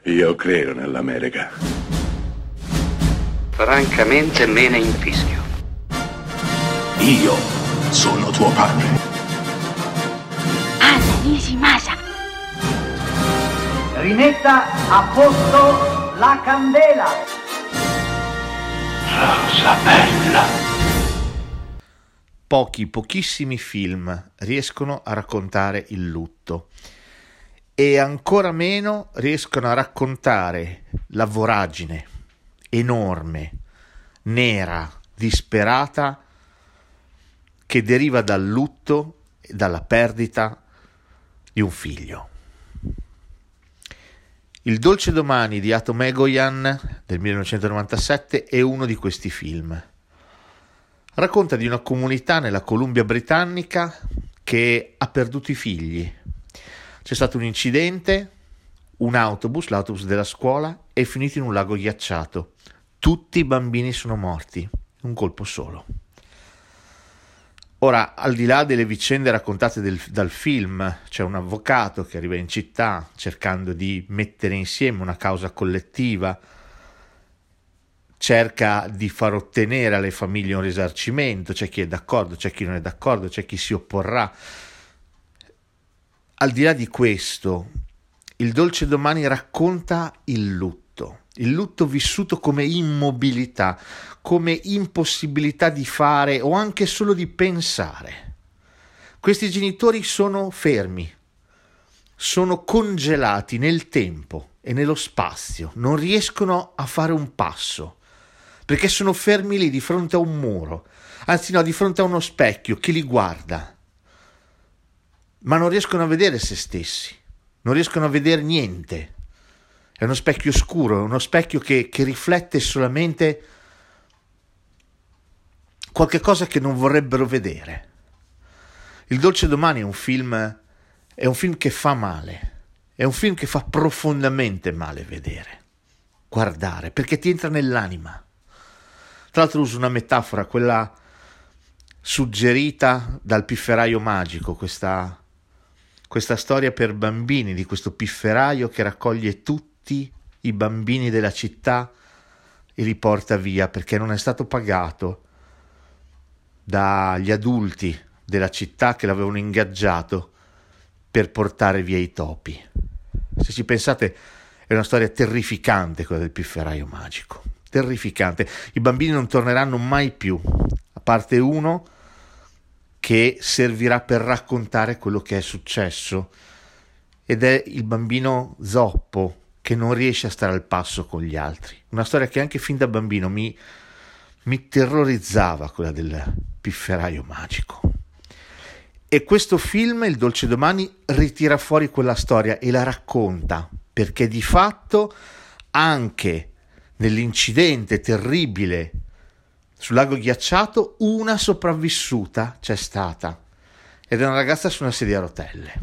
Io credo nell'America. Francamente me ne infischio. Io sono tuo padre. Anna Nishimasa. Rimetta a posto la candela. Rosa bella. Pochissimi film riescono a raccontare il lutto e ancora meno riescono a raccontare la voragine enorme, nera, disperata che deriva dal lutto e dalla perdita di un figlio. Il dolce domani di Atom Egoyan del 1997 è uno di questi film. Racconta di una comunità nella Columbia Britannica che ha perduto i figli. C'è stato un incidente, l'autobus della scuola, è finito in un lago ghiacciato. Tutti i bambini sono morti, un colpo solo. Ora, al di là delle vicende raccontate dal film, c'è un avvocato che arriva in città cercando di mettere insieme una causa collettiva, cerca di far ottenere alle famiglie un risarcimento, c'è chi è d'accordo, c'è chi non è d'accordo, c'è chi si opporrà. Al di là di questo, il dolce domani racconta il lutto vissuto come immobilità, come impossibilità di fare o anche solo di pensare. Questi genitori sono fermi, sono congelati nel tempo e nello spazio, non riescono a fare un passo, perché sono fermi lì di fronte a un muro, anzi no, di fronte a uno specchio che li guarda, ma non riescono a vedere se stessi, non riescono a vedere niente. È uno specchio scuro, è uno specchio che riflette solamente qualche cosa che non vorrebbero vedere. Il dolce domani è un film che fa male, è un film che fa profondamente male vedere, guardare, perché ti entra nell'anima. Tra l'altro uso una metafora, quella suggerita dal Pifferaio Magico, questa storia per bambini di questo pifferaio che raccoglie tutti i bambini della città e li porta via perché non è stato pagato dagli adulti della città che l'avevano ingaggiato per portare via i topi. Se ci pensate è una storia terrificante quella del Pifferaio Magico, terrificante. I bambini non torneranno mai più, a parte uno che servirà per raccontare quello che è successo, ed è il bambino zoppo che non riesce a stare al passo con gli altri. Una storia che anche fin da bambino mi terrorizzava, quella del Pifferaio Magico. E questo film, Il dolce domani, ritira fuori quella storia e la racconta, perché di fatto anche nell'incidente terribile sul lago ghiacciato una sopravvissuta c'è stata, ed è una ragazza su una sedia a rotelle.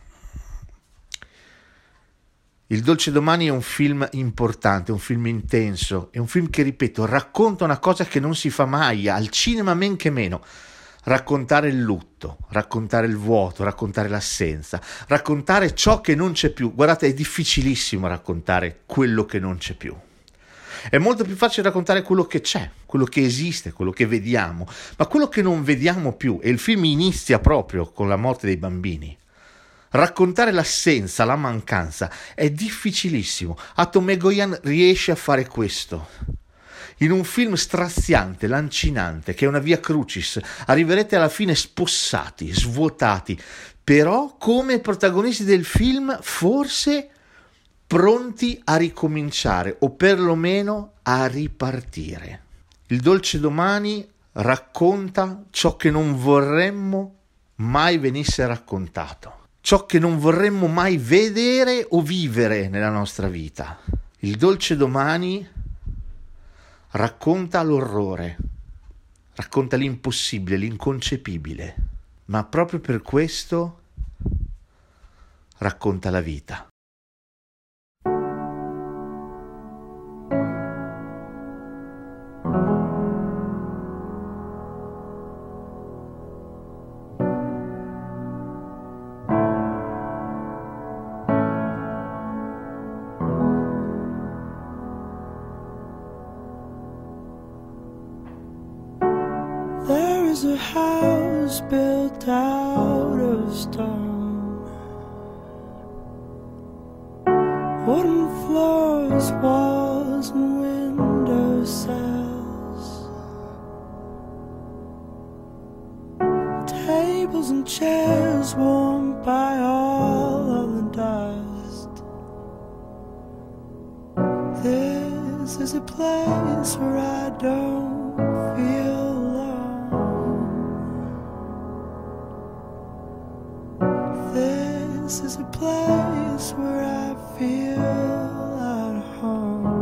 Il dolce domani è un film importante, un film intenso, è un film che, ripeto, racconta una cosa che non si fa mai, al cinema men che meno: raccontare il lutto, raccontare il vuoto, raccontare l'assenza, raccontare ciò che non c'è più. Guardate, è difficilissimo raccontare quello che non c'è più. È molto più facile raccontare quello che c'è, quello che esiste, quello che vediamo, ma quello che non vediamo più, e il film inizia proprio con la morte dei bambini. Raccontare l'assenza, la mancanza, è difficilissimo. Atom Egoyan riesce a fare questo. In un film straziante, lancinante, che è una via crucis, arriverete alla fine spossati, svuotati, però come protagonisti del film forse pronti a ricominciare o perlomeno a ripartire. Il dolce domani racconta ciò che non vorremmo mai venisse raccontato, ciò che non vorremmo mai vedere o vivere nella nostra vita. Il dolce domani racconta l'orrore, racconta l'impossibile, l'inconcepibile, ma proprio per questo racconta la vita. There's a house built out of stone, wooden floors, walls and window sills, tables and chairs warmed by all of the dust. This is a place where I don't feel alone. This is a place where I feel at home.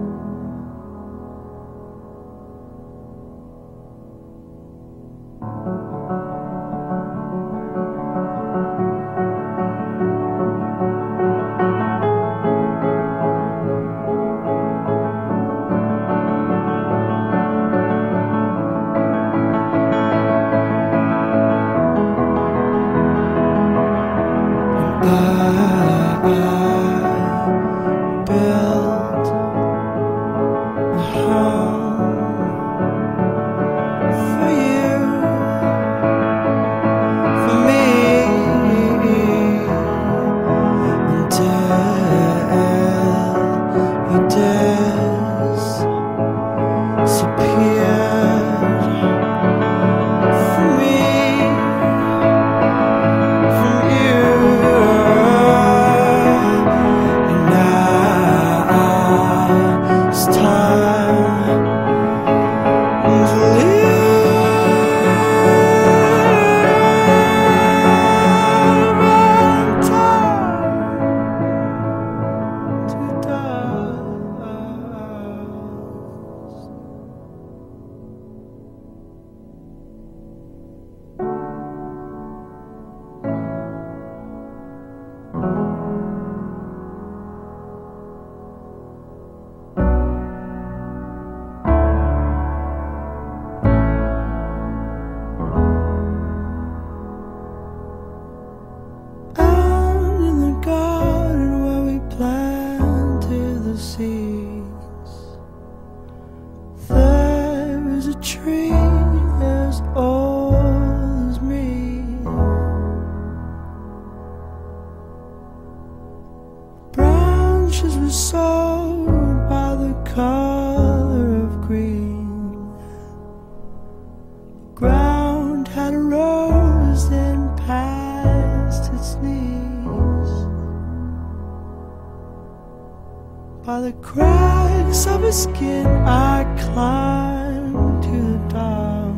By the cracks of his skin I climbed to the top.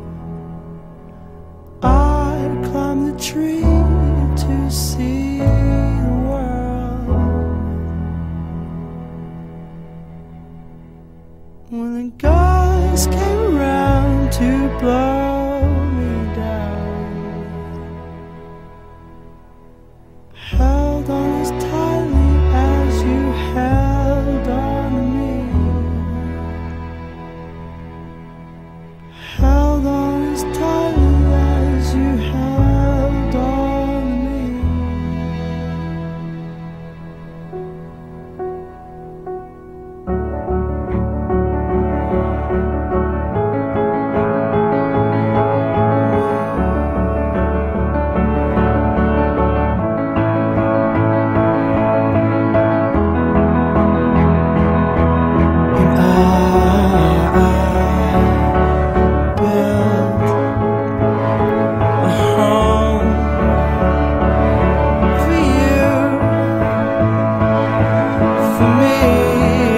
I'd climb the tree to see the world. When the guys came around to blow me down, held on as tightly as you held on to me, held on as tightly as you held on to me. For me,